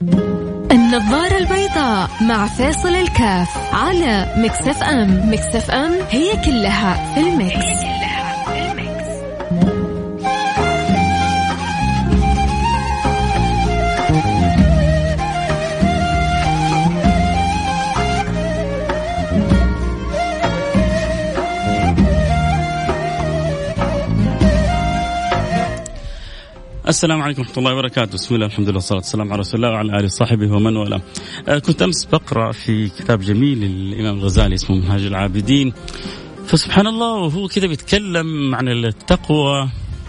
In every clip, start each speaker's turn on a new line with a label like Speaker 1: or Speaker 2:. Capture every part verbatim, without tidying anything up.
Speaker 1: النظارة البيضاء مع فاصل الكاف على ميكس اف ام. ميكس اف ام هي كلها في الميكس.
Speaker 2: السلام عليكم ورحمة الله وبركاته. بسم الله الحمد لله والصلاة والسلام على رسول الله وعلى آله وصحبه ومن والاه. كنت أمس بقرأ في كتاب جميل للإمام الغزالي اسمه منهاج العابدين، فسبحان الله وهو كده بيتكلم عن التقوى.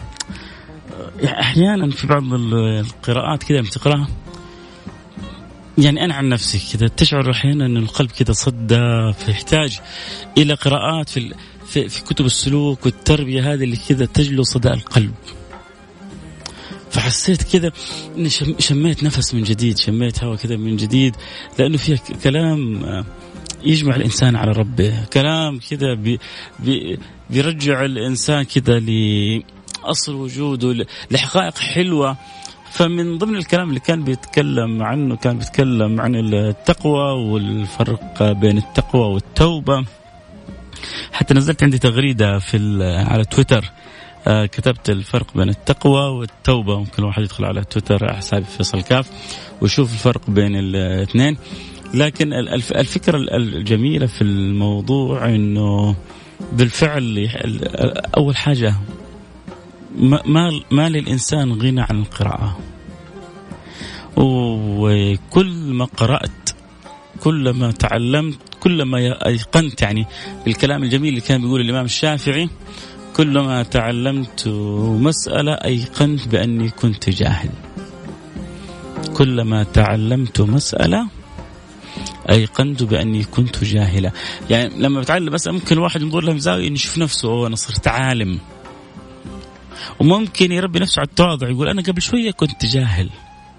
Speaker 2: أحيانا في بعض القراءات كده بتقرأها، يعني أنا عن نفسي كده تشعر أحيانا أن القلب كده صدى، فيحتاج إلى قراءات في في, في كتب السلوك والتربية هذه اللي كده تجلو صدى القلب. فحسيت كذا إني شميت نفس من جديد، شميت هوا كذا من جديد، لأنه فيها كلام يجمع الإنسان على ربه، كلام كذا بي بي بيرجع الإنسان كذا لأصل وجوده، لحقائق حلوة. فمن ضمن الكلام اللي كان بيتكلم عنه كان بيتكلم عن التقوى والفرق بين التقوى والتوبة. حتى نزلت عندي تغريدة في على تويتر، آه كتبت الفرق بين التقوى والتوبة. ممكن الواحد يدخل على تويتر حسابي فيصل كاف ويشوف الفرق بين الاثنين. لكن الفكرة الجميلة في الموضوع إنه بالفعل أول حاجة ما ما للإنسان غنى عن القراءة، وكل ما قرأت كل ما تعلمت كل ما أيقنت، يعني بالكلام الجميل اللي كان بيقول الإمام الشافعي: كلما تعلمت مسألة أيقنت بأني كنت جاهل. كلما تعلمت مسألة أيقنت بأني كنت جاهلة. يعني لما بتعلم مسألة ممكن الواحد ينظر لها بزاوية إنه يشوف نفسه أو أنا صرت عالم، وممكن يربي نفسه على التواضع يقول أنا قبل شوية كنت جاهل،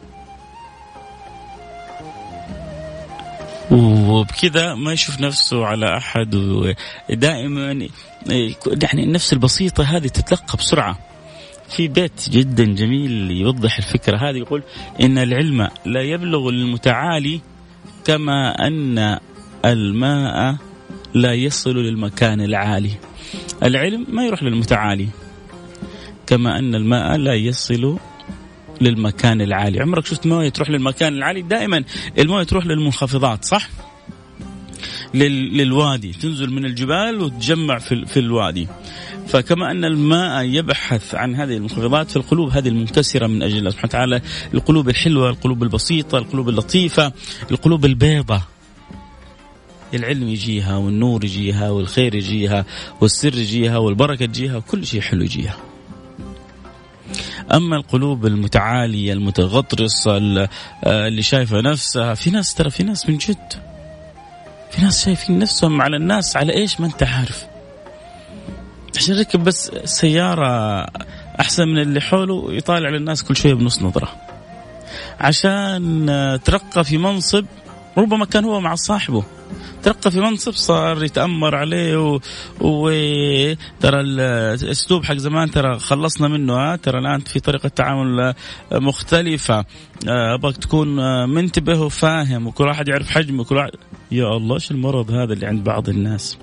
Speaker 2: وبكذا ما يشوف نفسه على أحد. ودائما يعني النفس البسيطة هذه تتلقى بسرعة. في بيت جدا جميل يوضح الفكرة هذه، يقول: إن العلم لا يبلغ للمتعالي كما أن الماء لا يصل للمكان العالي. العلم ما يروح للمتعالي كما أن الماء لا يصل للمكان العالي. عمرك شفت مويه تروح للمكان العالي؟ دائما المويه تروح للمنخفضات، صح؟ لل... للوادي، تنزل من الجبال وتجمع في, في الوادي. فكما أن الماء يبحث عن هذه المنخفضات في القلوب هذه المنكسرة من أجل الله سبحانه وتعالى، القلوب الحلوة، القلوب البسيطة، القلوب اللطيفة، القلوب البيضة، العلم يجيها والنور يجيها والخير يجيها والسر يجيها والبركة يجيها وكل شيء حلو يجيها. أما القلوب المتعالية المتغطرسة اللي شايفة نفسها، في ناس ترى في ناس من جد في ناس شايفين نفسهم على الناس على إيش ما أنت عارف، عشان ركب بس سيارة أحسن من اللي حوله يطالع على الناس كل شوية بنص نظرة، عشان ترقى في منصب ربما كان هو مع صاحبه، ترقى في منصب صار يتأمر عليه، وترى الأسلوب حق زمان ترى خلصنا منه، ترى الآن في طريقة تعامل مختلفة، أبغاك تكون منتبه وفاهم، وكل واحد يعرف حجمه، كل واحد. يا الله شو المرض هذا اللي عند بعض الناس.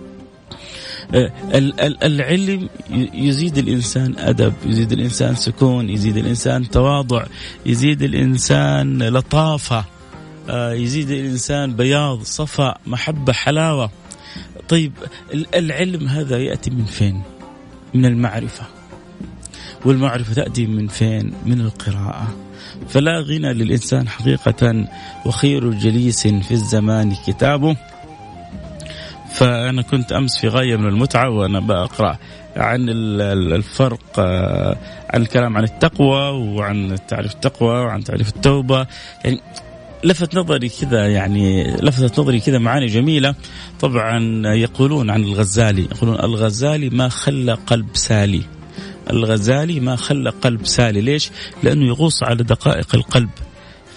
Speaker 2: العلم يزيد الإنسان أدب، يزيد الإنسان سكون، يزيد الإنسان تواضع، يزيد الإنسان لطافة، يزيد الإنسان بياض، صفاء، محبة، حلاوة. طيب العلم هذا يأتي من فين؟ من المعرفة، والمعرفة تأتي من فين؟ من القراءة. فلا غنى للإنسان حقيقة، وخير جليس في الزمان كتابه. فأنا كنت أمس في غاية من المتعة وأنا بقرأ عن الفرق، عن الكلام عن التقوى وعن تعريف التقوى وعن تعريف التوبة. يعني لفت نظري كذا، يعني لفتت نظري كذا معاني جميلة. طبعا يقولون عن الغزالي، يقولون الغزالي ما خلى قلب سالي، الغزالي ما خلى قلب سالي. ليش؟ لأنه يغوص على دقائق القلب،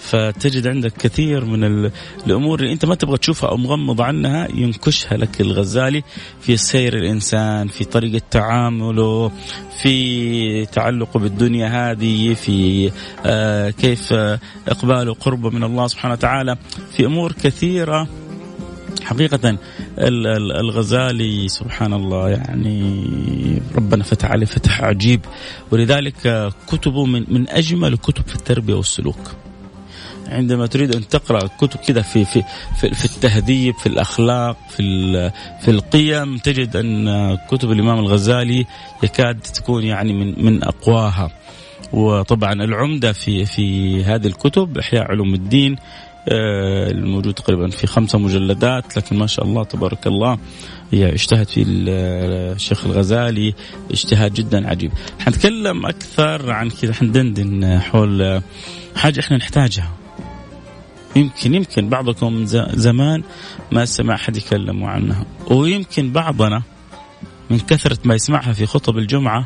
Speaker 2: فتجد عندك كثير من الأمور اللي أنت ما تبغى تشوفها أو مغمض عنها ينكشها لك الغزالي في سير الإنسان، في طريقة تعامله، في تعلقه بالدنيا هذه، في آه كيف إقباله قربه من الله سبحانه وتعالى، في أمور كثيرة. حقيقة الغزالي سبحان الله يعني ربنا فتح عليه فتح عجيب، ولذلك كتبه من من أجمل كتب في التربية والسلوك. عندما تريد أن تقرأ كتب كذا في في في, في التهذيب، في الأخلاق، في في القيم، تجد أن كتب الإمام الغزالي يكاد تكون يعني من من أقواها. وطبعا العمدة في في هذه الكتب إحياء علوم الدين الموجود تقريبا في خمسة مجلدات، لكن ما شاء الله تبارك الله هي اجتهد في الشيخ الغزالي اجتهاد جدا عجيب. حنتكلم أكثر عن كذا، حندندن حول حاجة احنا نحتاجها. يمكن يمكن بعضكم زمان ما سمع أحد يتكلم عنها، ويمكن بعضنا من كثرة ما يسمعها في خطب الجمعة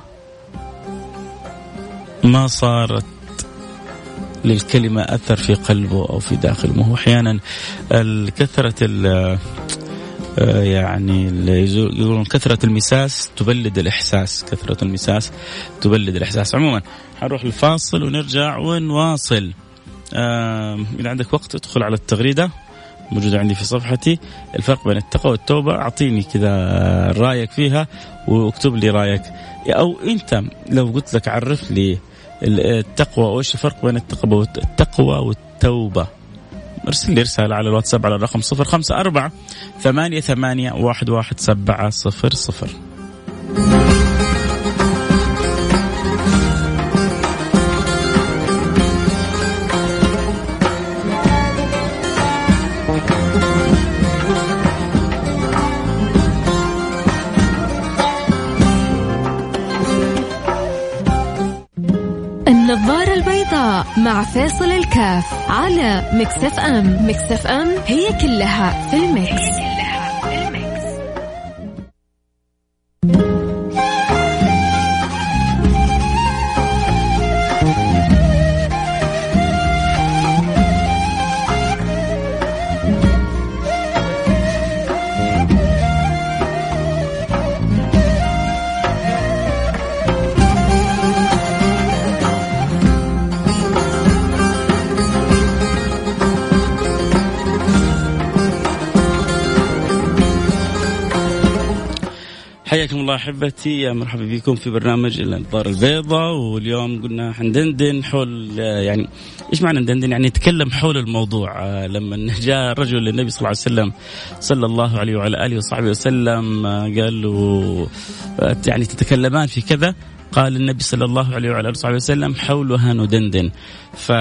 Speaker 2: ما صارت للكلمة أثر في قلبه أو في داخله. وهو أحيانا الكثرة يعني يقولون كثرة المساس تبلد الإحساس، كثرة المساس تبلد الإحساس. عموما هنروح الفاصل ونرجع ونواصل. إذا عندك وقت ادخل على التغريدة موجودة عندي في صفحتي، الفرق بين التقوى والتوبة، أعطيني كذا رأيك فيها واكتب لي رأيك. أو أنت لو قلت لك عرف لي التقوى وإيش الفرق بين التقوى التقوى والتوبة، ارسل لي رسالة على الواتساب على الرقم صفر خمسة أربعة ثمانية ثمانية واحد واحد سبعة صفر صفر.
Speaker 1: النظارة البيضاء مع فاصل الكاف على ميكس اف ام. ميكس اف ام هي كلها في الميكس.
Speaker 2: حياكم الله أحبتي، يا مرحبا بكم في برنامج النظارة البيضاء. واليوم قلنا حندندن حول يعني إيش معنى ندندن؟ يعني نتكلم حول الموضوع. لما جاء رجل للنبي صلى الله عليه وسلم صلى الله عليه وعلى آله وصحبه وسلم قال له يعني تتكلمان في كذا، قال النبي صلى الله عليه وعلى آله وصحبه وسلم حولها ندندن. ف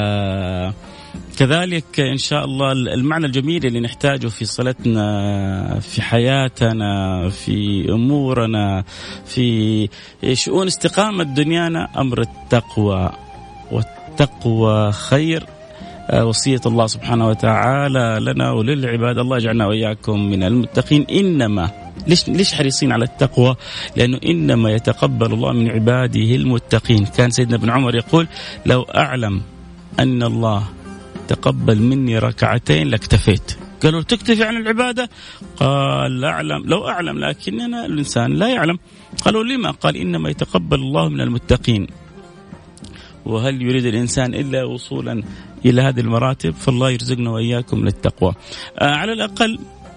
Speaker 2: كذلك إن شاء الله المعنى الجميل اللي نحتاجه في صلتنا، في حياتنا، في أمورنا، في شؤون استقامة دنيانا، أمر التقوى. والتقوى خير وصية الله سبحانه وتعالى لنا وللعباد. الله يجعلنا وإياكم من المتقين. إنما ليش ليش حريصين على التقوى؟ لأنه إنما يتقبل الله من عباده المتقين. كان سيدنا ابن عمر يقول لو أعلم أن الله تقبل مني ركعتين لاكتفيت. قالوا تكتفي عن العبادة؟ قال لا أعلم، لو أعلم لكننا الإنسان لا يعلم. قالوا لما؟ قال إنما يتقبل الله من المتقين. وهل يريد الإنسان إلا وصولا إلى هذه المراتب؟ فالله يرزقنا وإياكم من التقوى. آه على الأقل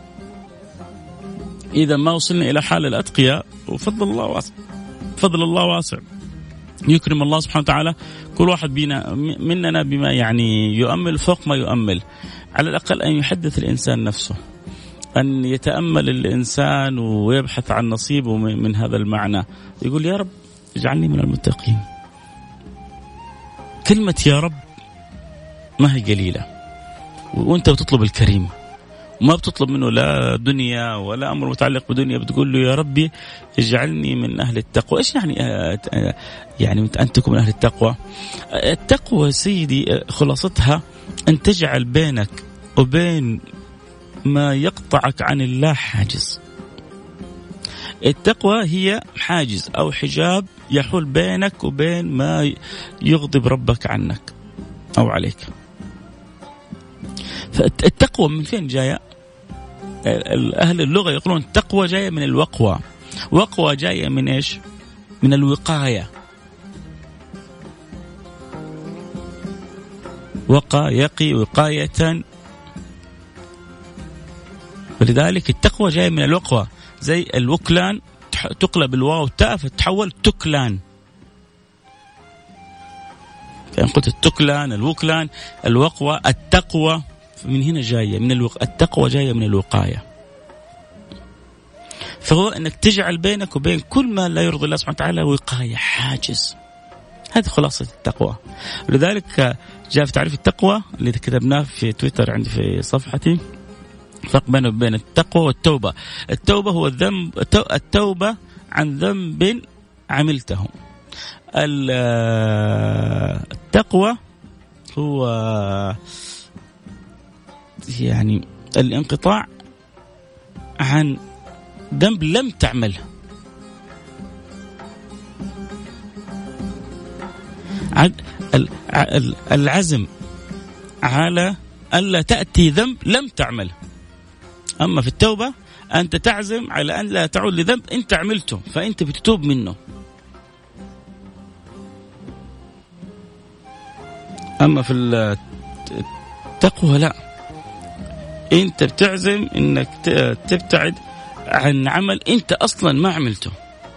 Speaker 2: إذا ما وصلنا إلى حال الأتقياء، وفضل الله واسع، فضل الله واسع، يكرم الله سبحانه وتعالى كل واحد بينا مننا بما يعني يؤمل فوق ما يؤمل. على الأقل أن يحدث الإنسان نفسه، أن يتأمل الإنسان ويبحث عن نصيبه من هذا المعنى. يقول يا رب اجعلني من المتقين. كلمة يا رب ما هي قليلة، وأنت بتطلب الكريم، وما بتطلب منه لا دنيا ولا أمر متعلق بدنيا، بتقول له يا ربي اجعلني من أهل التقوى. إيش يعني يعني أن تكون من أهل التقوى؟ التقوى سيدي خلاصتها أن تجعل بينك وبين ما يقطعك عن الله حاجز. التقوى هي حاجز أو حجاب يحول بينك وبين ما يغضب ربك عنك أو عليك. فالتقوى من فين جاية؟ أهل اللغة يقولون التقوى جاية من الوقوى. وقوى جاية من إيش؟ من الوقاية. وقى يقي وقاية، ولذلك التقوى جاية من الوقوى. زي الوكلان تقلب الواو تاء فتحول تكلان. يعني قلت التكلان، الوكلان، الوقوى، التقوى من هنا جاية من الوق... التقوى جاية من الوقاية. فهو أنك تجعل بينك وبين كل ما لا يرضي الله سبحانه وتعالى وقاية، حاجز. هذه خلاصة التقوى. ولذلك جاء في تعريف التقوى اللي كتبناه في تويتر عندي في صفحتي، فرق بينه وبين التقوى والتوبة. التوبة هو الذنب، التوبة عن ذنب عملته. التقوى هو يعني الانقطاع عن ذنب لم تعمله. العزم على ألا تأتي ذنب لم تعمله. أما في التوبة أنت تعزم على أن لا تعود لذنب أنت عملته، فأنت بتتوب منه. أما في التقوى لا، أنت بتعزم أنك تبتعد عن عمل أنت أصلا ما عملته.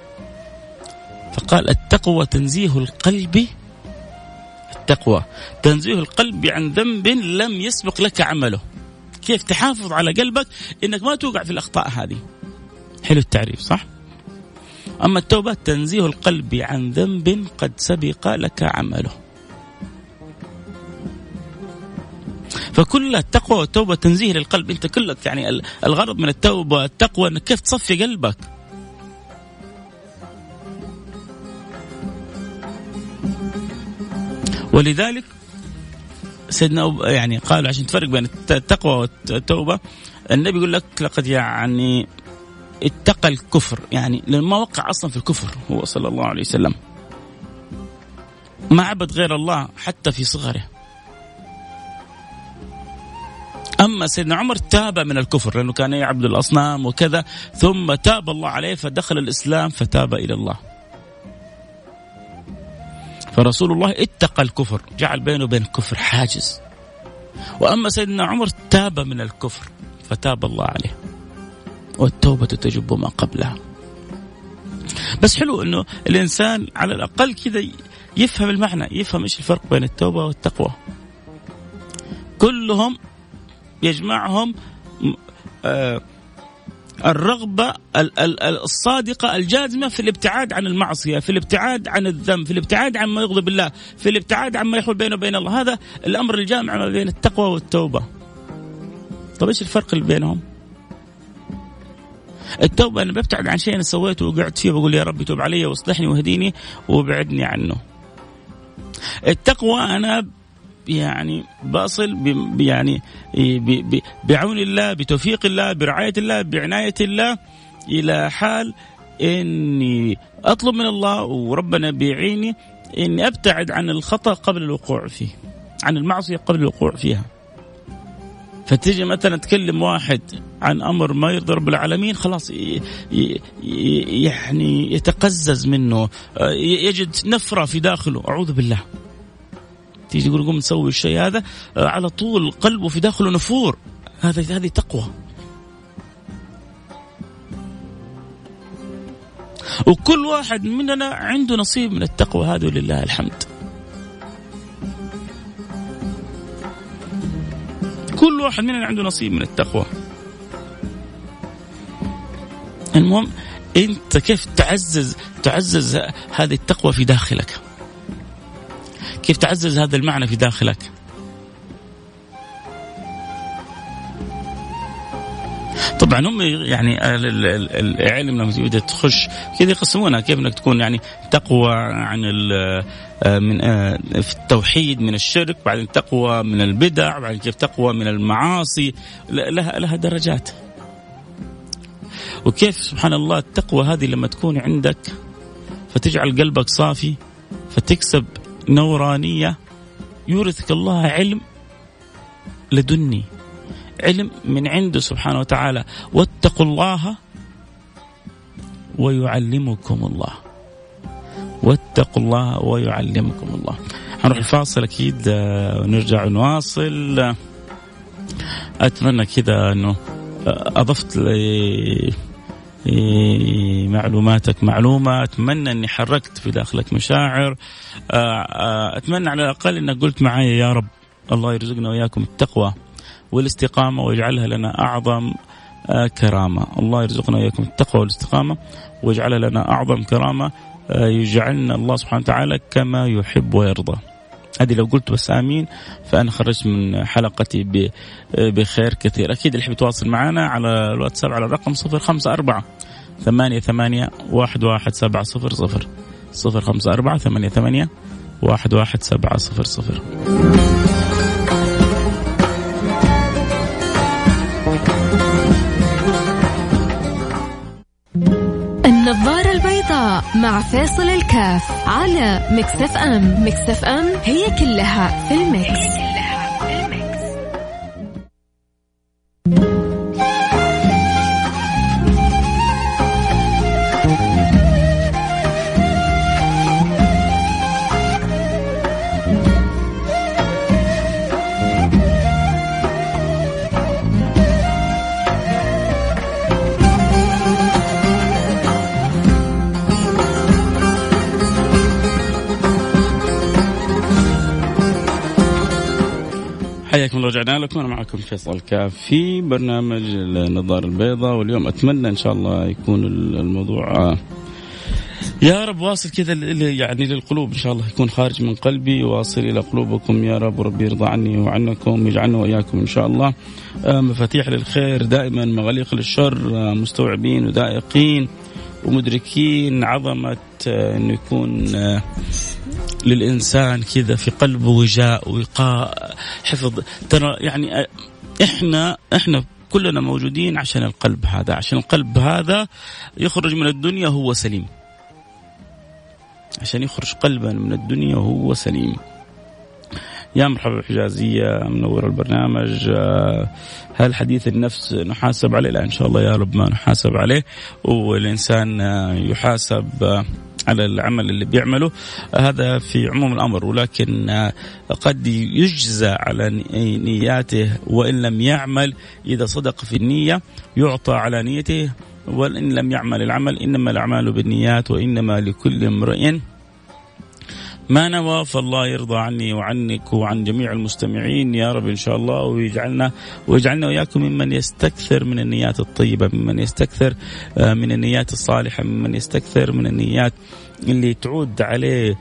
Speaker 2: فقال التقوى تنزيه القلب، التقوى تنزيه القلب عن ذنب لم يسبق لك عمله. كيف تحافظ على قلبك إنك ما توقع في الأخطاء هذه. حلو التعريف صح؟ أما التوبة تنزيه القلب عن ذنب قد سبق لك عمله. فكل التقوى والتوبة تنزيه للقلب. أنت كلك يعني الغرض من التوبة والتقوى أنك كيف تصفي قلبك. ولذلك سيدنا يعني قال عشان تفرق بين التقوى والتوبة، النبي يقول لك لقد يعني اتقى الكفر، يعني لما وقع أصلا في الكفر هو صلى الله عليه وسلم، ما عبد غير الله حتى في صغره. أما سيدنا عمر تاب من الكفر لأنه كان يعبد الأصنام وكذا، ثم تاب الله عليه فدخل الإسلام فتاب إلى الله. فرسول الله اتقى الكفر، جعل بينه وبين الكفر حاجز. وأما سيدنا عمر تاب من الكفر فتاب الله عليه، والتوبة تجب ما قبلها. بس حلو أنه الإنسان على الأقل كذا يفهم المعنى، يفهم إيش الفرق بين التوبة والتقوى. كلهم يجمعهم آه الرغبة الصادقة الجازمة في الابتعاد عن المعصية، في الابتعاد عن الذنب، في الابتعاد عن ما يغضب الله، في الابتعاد عن ما يحول بينه وبين الله. هذا الأمر الجامع ما بين التقوى والتوبة. طب إيش الفرق اللي بينهم؟ التوبة أنا ببتعد عن شيء أنا سويته وقعت فيه، بقول يا رب توب علي واصلحني واهديني وابعدني عنه. التقوى أنا يعني بصل ب يعني ب ب بعون الله، بتوفيق الله، برعاية الله، بعناية الله، إلى حال إني أطلب من الله وربنا بيعيني إني أبتعد عن الخطأ قبل الوقوع فيه، عن المعصية قبل الوقوع فيها. فتيجي مثلا تكلم واحد عن أمر ما يرضي رب العالمين، خلاص يعني يتقزز منه، يجد نفرة في داخله، أعوذ بالله. تيجي تقول قوم نسوي الشيء هذا، على طول قلبه في داخله نفور. هذا هذه تقوى. وكل واحد مننا عنده نصيب من التقوى هذه، ولله الحمد. كل واحد مننا عنده نصيب من التقوى. المهم انت كيف تعزز تعزز هذه التقوى في داخلك، كيف تعزز هذا المعنى في داخلك. طبعا هم يعني العلم لما تبدا تخش كذا يقسمونها كيف انك تكون يعني تقوى عن من في التوحيد من الشرك، بعدين تقوى من البدع، بعدين كيف تقوى من المعاصي، لها لها درجات. وكيف سبحان الله التقوى هذه لما تكون عندك فتجعل قلبك صافي، فتكسب نورانية، يورثك الله علم لدني علم من عنده سبحانه وتعالى. واتقوا الله ويعلمكم الله، واتقوا الله ويعلمكم الله. هنروح الفاصل أكيد ونرجع نواصل. أتمنى كذا أنه أضفت لي معلوماتك معلومة، أتمنى أني حركت في داخلك مشاعر، أتمنى على الأقل أنك قلت معايا يا رب الله يرزقنا وإياكم التقوى والاستقامة ويجعلها لنا أعظم كرامة. الله يرزقنا وإياكم التقوى والاستقامة ويجعلها لنا أعظم كرامة، يجعلنا الله سبحانه وتعالى كما يحب ويرضى. هذه لو قلت بس آمين فأنا خرجت من حلقتي بخير كثير. أكيد اللي يحب يتواصل معنا على الواتساب على الرقم صفر خمسة أربعة ثمانية ثمانية واحد واحد سبعة صفر صفر صفر خمسة أربعة ثمانية ثمانية واحد واحد سبعة صفر صفر.
Speaker 1: النظارة البيضاء مع فاصل الكاف على ميكس اف ام. ميكس اف ام هي كلها في الميكس.
Speaker 2: حياكم الله، رجعنا لكم. أنا معكم فيصل الكاف في برنامج النظارة البيضاء، واليوم أتمنى إن شاء الله يكون الموضوع يا رب واصل كذا يعني للقلوب، إن شاء الله يكون خارج من قلبي واصل إلى قلوبكم يا رب، وربي يرضى عني وعنكم ويجعلنا وإياكم إن شاء الله مفاتيح للخير دائما، مغاليق للشر، مستوعبين ودائقين ومدركين عظمة أنه يكون للإنسان كذا في قلبه وجاء وقاء حفظ. ترى يعني إحنا إحنا كلنا موجودين عشان القلب هذا، عشان القلب هذا يخرج من الدنيا هو سليم، عشان يخرج قلبا من الدنيا وهو سليم. يا مرحبا حجازية، منور البرنامج. هل حديث النفس نحاسب عليه؟ لا إن شاء الله يا رب ما نحاسب عليه، والإنسان يحاسب على العمل اللي بيعمله، هذا في عموم الأمر، ولكن قد يجزى على نياته وإن لم يعمل. إذا صدق في النية يعطى على نيته، وإن لم يعمل العمل. إنما الأعمال بالنيات وإنما لكل امرئ ما نوى. فالله يرضى عني وعنك وعن جميع المستمعين يا رب إن شاء الله، ويجعلنا ويجعلنا وإياكم ممن يستكثر من النيات الطيبة، ممن يستكثر من النيات الصالحة، ممن يستكثر من النيات اللي تعود عليه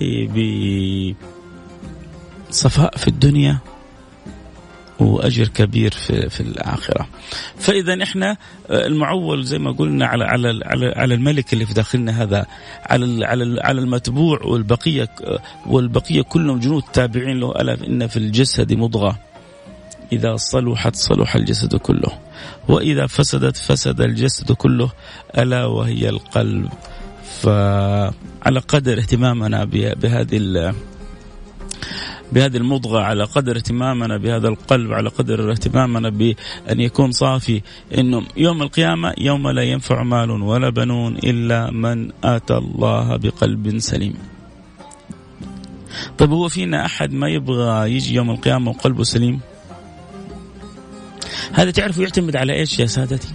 Speaker 2: بصفاء في الدنيا وأجر كبير في في الآخرة. فإذا إحنا المعول زي ما قلنا على على على, على الملك اللي في داخلنا هذا، على على على المتبوع، والبقية والبقية كلهم جنود تابعين له. ألا إن في الجسد مضغة إذا صلحت صلح الجسد كله، وإذا فسدت فسد الجسد كله، ألا وهي القلب. فعلى قدر اهتمامنا بهذه بهذه المضغة، على قدر اهتمامنا بهذا القلب، على قدر اهتمامنا بأن يكون صافي، إنه يوم القيامة يوم لا ينفع مال ولا بنون إلا من آتى الله بقلب سليم. طيب هو فينا أحد ما يبغى يجي يوم القيامة وقلبه سليم؟ هذا تعرفوا يعتمد على إيش يا سادتي؟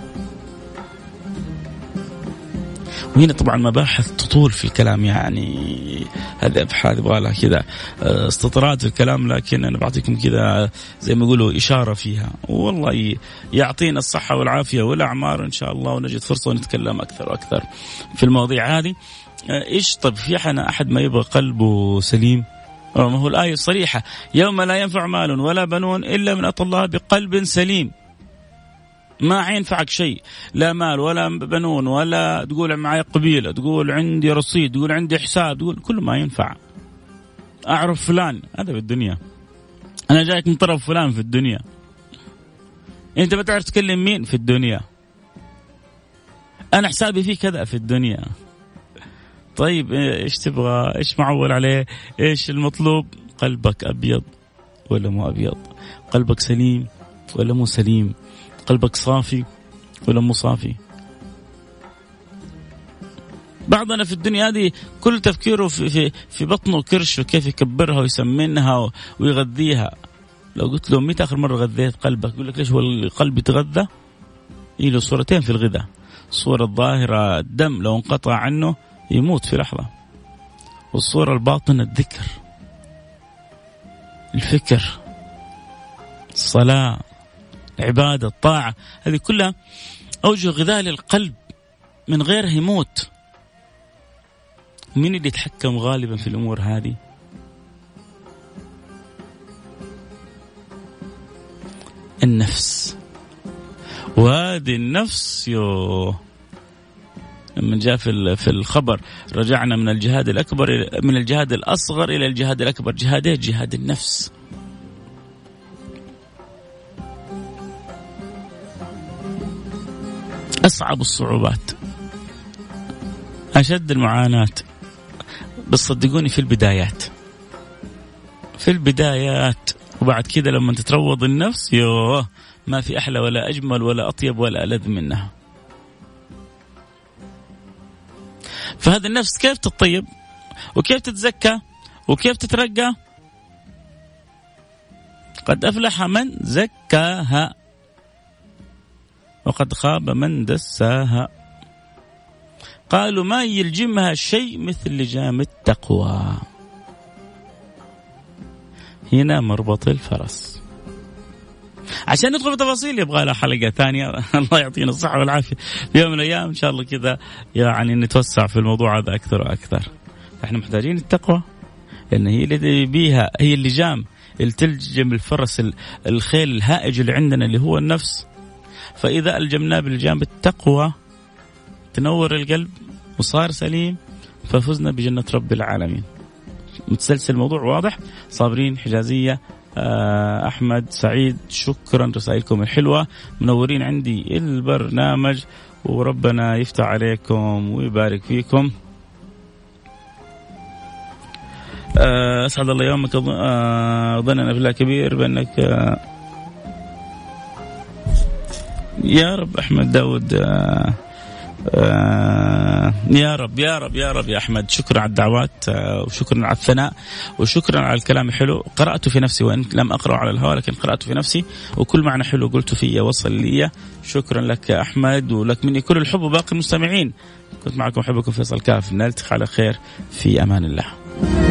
Speaker 2: وهنا طبعا مباحث تطول في الكلام، يعني هذه أبحاث يبغى لها كذا استطراد في الكلام، لكن أنا بعطيكم كذا زي ما يقولوا إشارة فيها، والله يعطينا الصحة والعافية والأعمار إن شاء الله، ونجد فرصة ونتكلم أكثر وأكثر في المواضيع هذه. إيش طب في حنا أحد ما يبغى قلبه سليم؟ ما هو الآية الصريحة يوم لا ينفع مال ولا بنون إلا من أتى الله بقلب سليم. ما حينفعك شيء، لا مال ولا بنون، ولا تقول معي قبيلة، تقول عندي رصيد، تقول عندي حساب، تقول كل ما ينفع. أعرف فلان، هذا في الدنيا. أنا جايك من طرف فلان في الدنيا. أنت بتعرف تكلم مين في الدنيا؟ أنا حسابي فيه كذا في الدنيا. طيب إيش تبغى؟ إيش معول عليه؟ إيش المطلوب؟ قلبك أبيض ولا مو أبيض؟ قلبك سليم ولا مو سليم؟ قلبك صافي ولا مو صافي؟ بعضنا في الدنيا هذه كل تفكيره في, في, في بطنه كرش وكيف يكبرها ويسمنها ويغذيها. لو قلت له متى آخر مرة غذيت قلبك؟ يقول لك ليش هو القلب يتغذى؟ له صورتين في الغذاء، الصورة الظاهرة الدم لو انقطع عنه يموت في لحظة، والصورة الباطنة الذكر، الفكر، الصلاة، العبادة، الطاعة، هذه كلها أوجه غذاء للقلب، من غيرها يموت. مين اللي يتحكم غالبا في الأمور هذه؟ النفس. وهذه النفس يو من جاء في في الخبر رجعنا من الجهاد الأكبر من الجهاد الأصغر إلى الجهاد الأكبر. جهاده جهاد النفس. أصعب الصعوبات، أشد المعاناة، بس صدقوني في البدايات في البدايات وبعد كده لما تتروض النفس يوه ما في أحلى ولا أجمل ولا أطيب ولا ألذ منها. فهذا النفس كيف تطيب وكيف تتزكى وكيف تترقى؟ قد أفلح من زكاها وقد خاب من دساها. قالوا ما يلجمها شيء مثل لجام التقوى. هنا مربط الفرس. عشان ندخل في تفاصيل يبغى لها حلقة ثانية. الله يعطينا الصحة والعافية في يوم من الأيام إن شاء الله كذا، يعني نتوسع في الموضوع هذا أكثر وأكثر. احنا محتاجين التقوى لأن هي اللي بيها، هي اللجام اللي تلجم الفرس الخيل الهائج اللي عندنا اللي هو النفس. فإذا ألجمناه باللجام بالتقوى تنور القلب وصار سليم ففزنا بجنة رب العالمين. متسلسل الموضوع واضح. صابرين، حجازية، أحمد، سعيد، شكرا رسائلكم الحلوة، منورين عندي البرنامج وربنا يفتح عليكم ويبارك فيكم. أسعد الله يومك. أظننا في الله كبير بأنك يا رب. أحمد داود آه يا رب يا رب يا رب يا أحمد، شكرا على الدعوات آه وشكرا على الثناء وشكرا على الكلام الحلو. قرأته في نفسي وإن لم أقرأ على الهواء لكن قرأته في نفسي وكل معنى حلو قلته فيه وصل لي. شكرا لك يا أحمد ولك مني كل الحب وباقي المستمعين. كنت معكم حبكم فيصل كاف. نلتقي على خير في أمان الله.